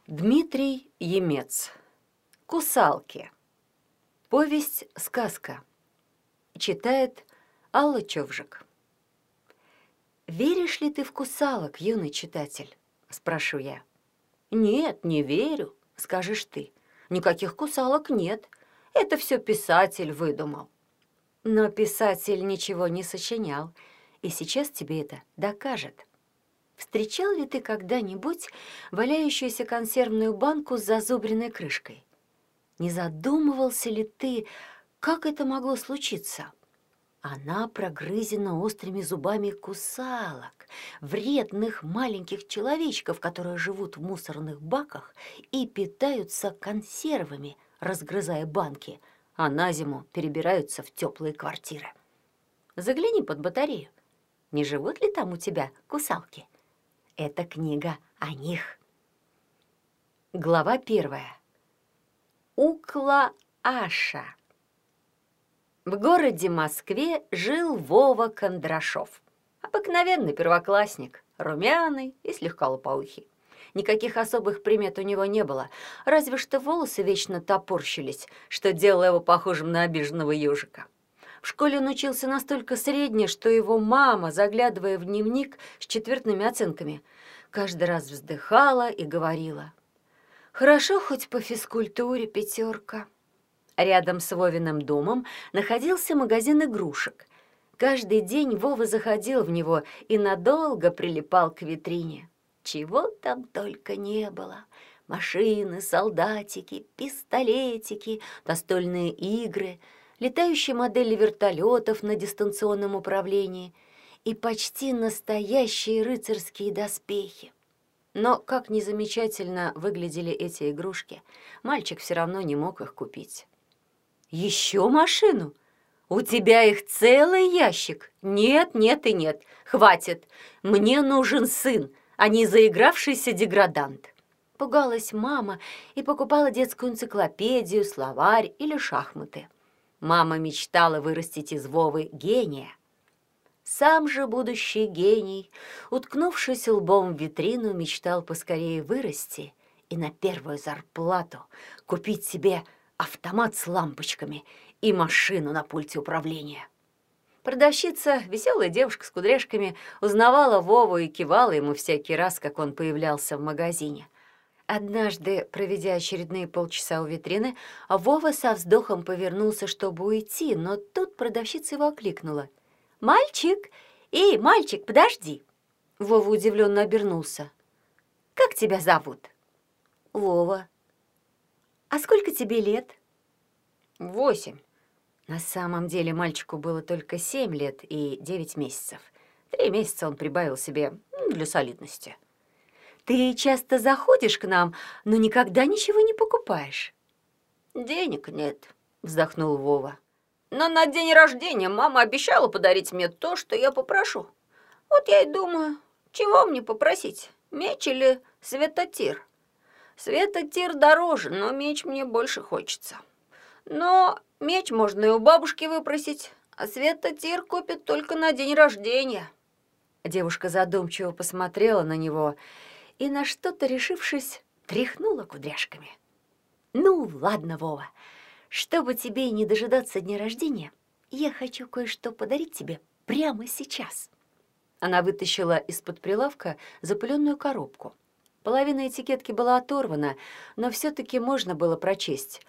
Дмитрий Емец. «Кусалки». Повесть-сказка. Читает Алла Човжик. «Веришь ли ты в кусалок, юный читатель?» – спрошу я. «Нет, не верю», – скажешь ты. «Никаких кусалок нет. Это все писатель выдумал». Но писатель ничего не сочинял, и сейчас тебе это докажет. Встречал ли ты когда-нибудь валяющуюся консервную банку с зазубренной крышкой? Не задумывался ли ты, как это могло случиться? Она прогрызена острыми зубами кусалок, вредных маленьких человечков, которые живут в мусорных баках и питаются консервами, разгрызая банки, а на зиму перебираются в теплые квартиры. Загляни под батарею. Не живут ли там у тебя кусалки? Это книга о них. Глава 1. Укла-Аша. В городе Москве жил Вова Кондрашов. Обыкновенный первоклассник, румяный и слегка лопоухий. Никаких особых примет у него не было, разве что волосы вечно топорщились, что делало его похожим на обиженного ежика. В школе он учился настолько средне, что его мама, заглядывая в дневник с четвертными оценками, каждый раз вздыхала и говорила: «Хорошо хоть по физкультуре 5». Рядом с Вовиным домом находился магазин игрушек. Каждый день Вова заходил в него и надолго прилипал к витрине. Чего там только не было. Машины, солдатики, пистолетики, настольные игры, летающие модели вертолетов на дистанционном управлении и почти настоящие рыцарские доспехи. Но, как ни замечательно выглядели эти игрушки, мальчик все равно не мог их купить. «Еще машину? У тебя их целый ящик? Нет, нет и нет. Хватит. Мне нужен сын, а не заигравшийся деградант». Пугалась мама и покупала детскую энциклопедию, словарь или шахматы. Мама мечтала вырастить из Вовы гения. Сам же будущий гений, уткнувшись лбом в витрину, мечтал поскорее вырасти и на первую зарплату купить себе автомат с лампочками и машину на пульте управления. Продавщица, веселая девушка с кудряшками, узнавала Вову и кивала ему всякий раз, как он появлялся в магазине. Однажды, проведя очередные полчаса у витрины, Вова со вздохом повернулся, чтобы уйти, но тут продавщица его окликнула. «Мальчик! Эй, мальчик, подожди!» Вова удивленно обернулся. «Как тебя зовут?» «Вова». «А сколько тебе лет?» 8. На самом деле мальчику было только 7 лет и 9 месяцев. 3 месяца он прибавил себе для солидности. «Ты часто заходишь к нам, но никогда ничего не покупаешь?» «Денег нет», — вздохнул Вова. «Но на день рождения мама обещала подарить мне то, что я попрошу. Вот я и думаю, чего мне попросить, меч или светотир? Светотир дороже, но меч мне больше хочется. Но меч можно и у бабушки выпросить, а светотир купит только на день рождения». Девушка задумчиво посмотрела на него и, на что-то решившись, тряхнула кудряшками. «Ну, ладно, Вова, чтобы тебе не дожидаться дня рождения, я хочу кое-что подарить тебе прямо сейчас». Она вытащила из-под прилавка запыленную коробку. Половина этикетки была оторвана, но все-таки можно было прочесть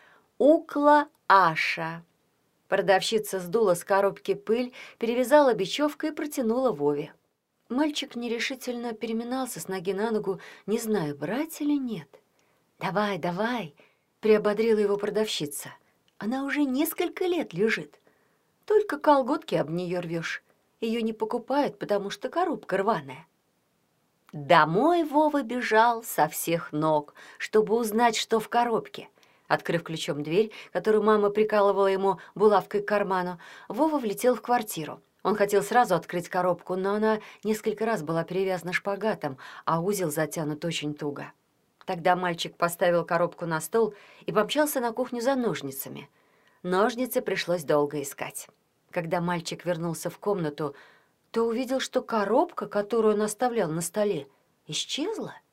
«Укла-Аша». Продавщица сдула с коробки пыль, перевязала бечевкой и протянула Вове. Мальчик нерешительно переминался с ноги на ногу, не зная, брать или нет. «Давай, давай!» — приободрила его продавщица. «Она уже несколько лет лежит. Только колготки об нее рвешь. Ее не покупают, потому что коробка рваная». Домой Вова бежал со всех ног, чтобы узнать, что в коробке. Открыв ключом дверь, которую мама прикалывала ему булавкой к карману, Вова влетел в квартиру. Он хотел сразу открыть коробку, но она несколько раз была перевязана шпагатом, а узел затянут очень туго. Тогда мальчик поставил коробку на стол и помчался на кухню за ножницами. Ножницы пришлось долго искать. Когда мальчик вернулся в комнату, то увидел, что коробка, которую он оставлял на столе, исчезла.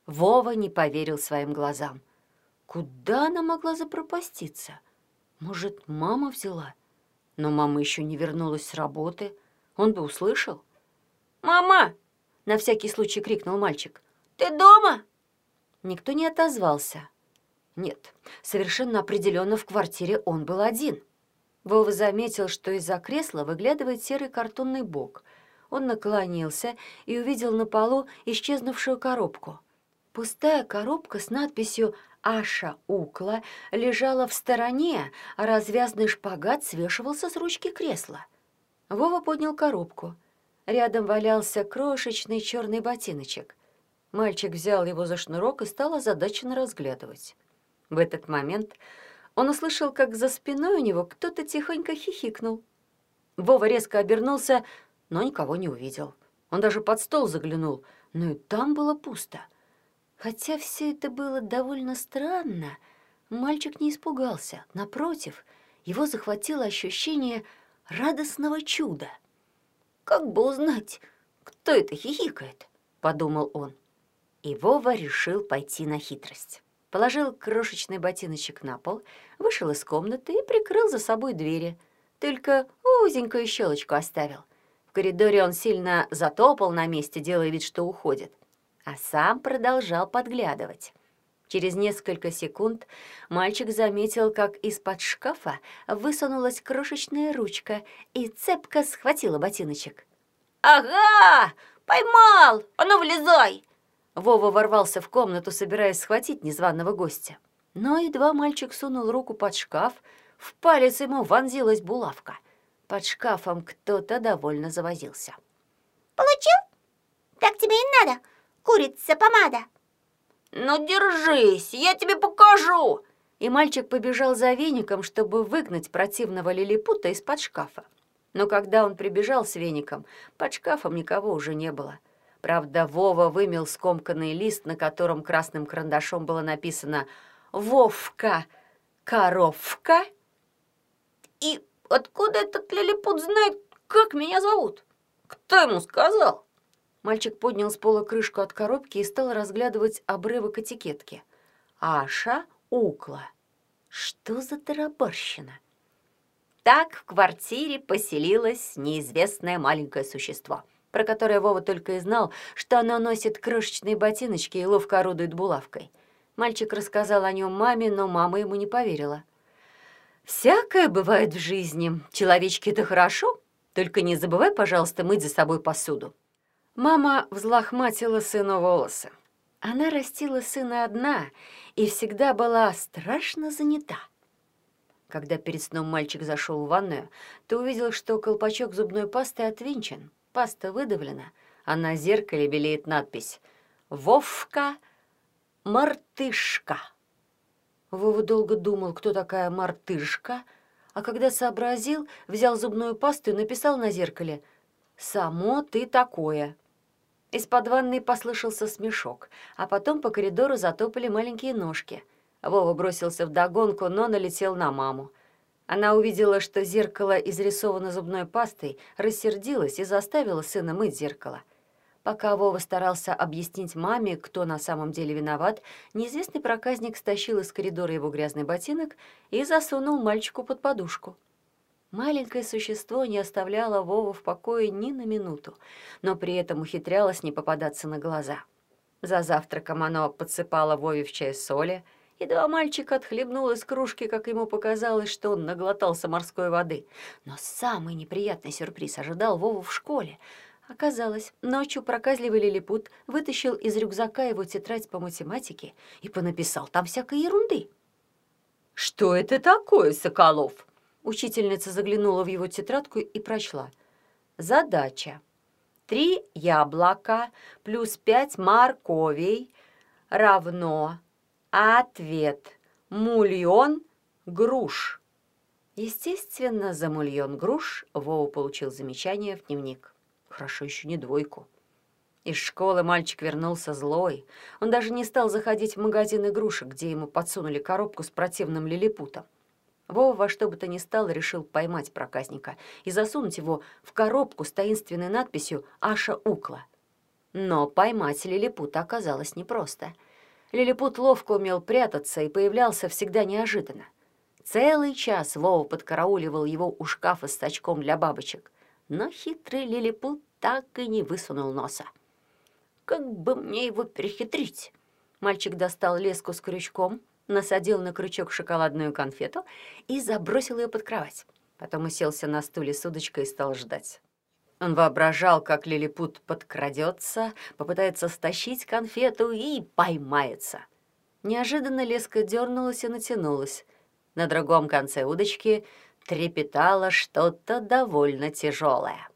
Вова не поверил своим глазам. Куда она могла запропаститься? Может, мама взяла? Но мама еще не вернулась с работы. Он бы услышал. «Мама!» — на всякий случай крикнул мальчик. «Ты дома?» Никто не отозвался. Нет, совершенно определенно в квартире он был один. Вова заметил, что из-за кресла выглядывает серый картонный бок. Он наклонился и увидел на полу исчезнувшую коробку. Пустая коробка с надписью «Аша Укла» лежала в стороне, а развязный шпагат свешивался с ручки кресла. Вова поднял коробку. Рядом валялся крошечный черный ботиночек. Мальчик взял его за шнурок и стал озадаченно разглядывать. В этот момент он услышал, как за спиной у него кто-то тихонько хихикнул. Вова резко обернулся, но никого не увидел. Он даже под стол заглянул, но и там было пусто. Хотя все это было довольно странно, мальчик не испугался. Напротив, его захватило ощущение радостного чуда. «Как бы узнать, кто это хихикает?» — подумал он. И Вова решил пойти на хитрость. Положил крошечный ботиночек на пол, вышел из комнаты и прикрыл за собой двери. Только узенькую щелочку оставил. В коридоре он сильно затопал на месте, делая вид, что уходит. А сам продолжал подглядывать. Через несколько секунд мальчик заметил, как из-под шкафа высунулась крошечная ручка и цепко схватила ботиночек. «Ага! Поймал! А ну, вылезай!» Вова ворвался в комнату, собираясь схватить незваного гостя. Но едва мальчик сунул руку под шкаф, в палец ему вонзилась булавка. Под шкафом кто-то довольно завозился. «Получил? Так тебе и надо, курица-помада!» «Ну, держись, я тебе покажу!» И мальчик побежал за веником, чтобы выгнать противного лилипута из-под шкафа. Но когда он прибежал с веником, под шкафом никого уже не было. Правда, Вова вымел скомканный лист, на котором красным карандашом было написано «Вовка, коровка». «И откуда этот лилипут знает, как меня зовут? Кто ему сказал?» Мальчик поднял с пола крышку от коробки и стал разглядывать обрывок этикетки. «Аша Укла». Что за тарабарщина? Так в квартире поселилось неизвестное маленькое существо, про которое Вова только и знал, что оно носит крошечные ботиночки и ловко орудует булавкой. Мальчик рассказал о нем маме, но мама ему не поверила. «Всякое бывает в жизни. Человечки — это хорошо, только не забывай, пожалуйста, мыть за собой посуду». Мама взлохматила сыну волосы. Она растила сына одна и всегда была страшно занята. Когда перед сном мальчик зашел в ванную, то увидел, что колпачок зубной пасты отвинчен, паста выдавлена, а на зеркале белеет надпись «Вовка, мартышка». Вова долго думал, кто такая мартышка, а когда сообразил, взял зубную пасту и написал на зеркале «Само ты такое». Из-под ванной послышался смешок, а потом по коридору затопали маленькие ножки. Вова бросился вдогонку, но налетел на маму. Она увидела, что зеркало изрисовано зубной пастой, рассердилась и заставила сына мыть зеркало. Пока Вова старался объяснить маме, кто на самом деле виноват, неизвестный проказник стащил из коридора его грязный ботинок и засунул мальчику под подушку. Маленькое существо не оставляло Вову в покое ни на минуту, но при этом ухитрялось не попадаться на глаза. За завтраком оно подсыпало Вове в чай соли. Едва мальчик отхлебнул из кружки, как ему показалось, что он наглотался морской воды. Но самый неприятный сюрприз ожидал Вову в школе. Оказалось, ночью проказливый лилипут вытащил из рюкзака его тетрадь по математике и понаписал там всякой ерунды. «Что это такое, Соколов?» Учительница заглянула в его тетрадку и прочла. «Задача. 3 яблока плюс 5 морковей равно ответ мульон груш». Естественно, за мульон груш Вова получил замечание в дневник. Хорошо еще не двойку. Из школы мальчик вернулся злой. Он даже не стал заходить в магазин игрушек, где ему подсунули коробку с противным лилипутом. Вова во что бы то ни стало решил поймать проказника и засунуть его в коробку с таинственной надписью «Аша Укла». Но поймать лилипута оказалось непросто. Лилипут ловко умел прятаться и появлялся всегда неожиданно. Целый час Вова подкарауливал его у шкафа с сачком для бабочек, но хитрый лилипут так и не высунул носа. «Как бы мне его перехитрить?» Мальчик достал леску с крючком, насадил на крючок шоколадную конфету и забросил ее под кровать. Потом уселся на стуле с удочкой и стал ждать. Он воображал, как лилипут подкрадется, попытается стащить конфету и поймается. Неожиданно леска дернулась и натянулась. На другом конце удочки трепетало что-то довольно тяжелое.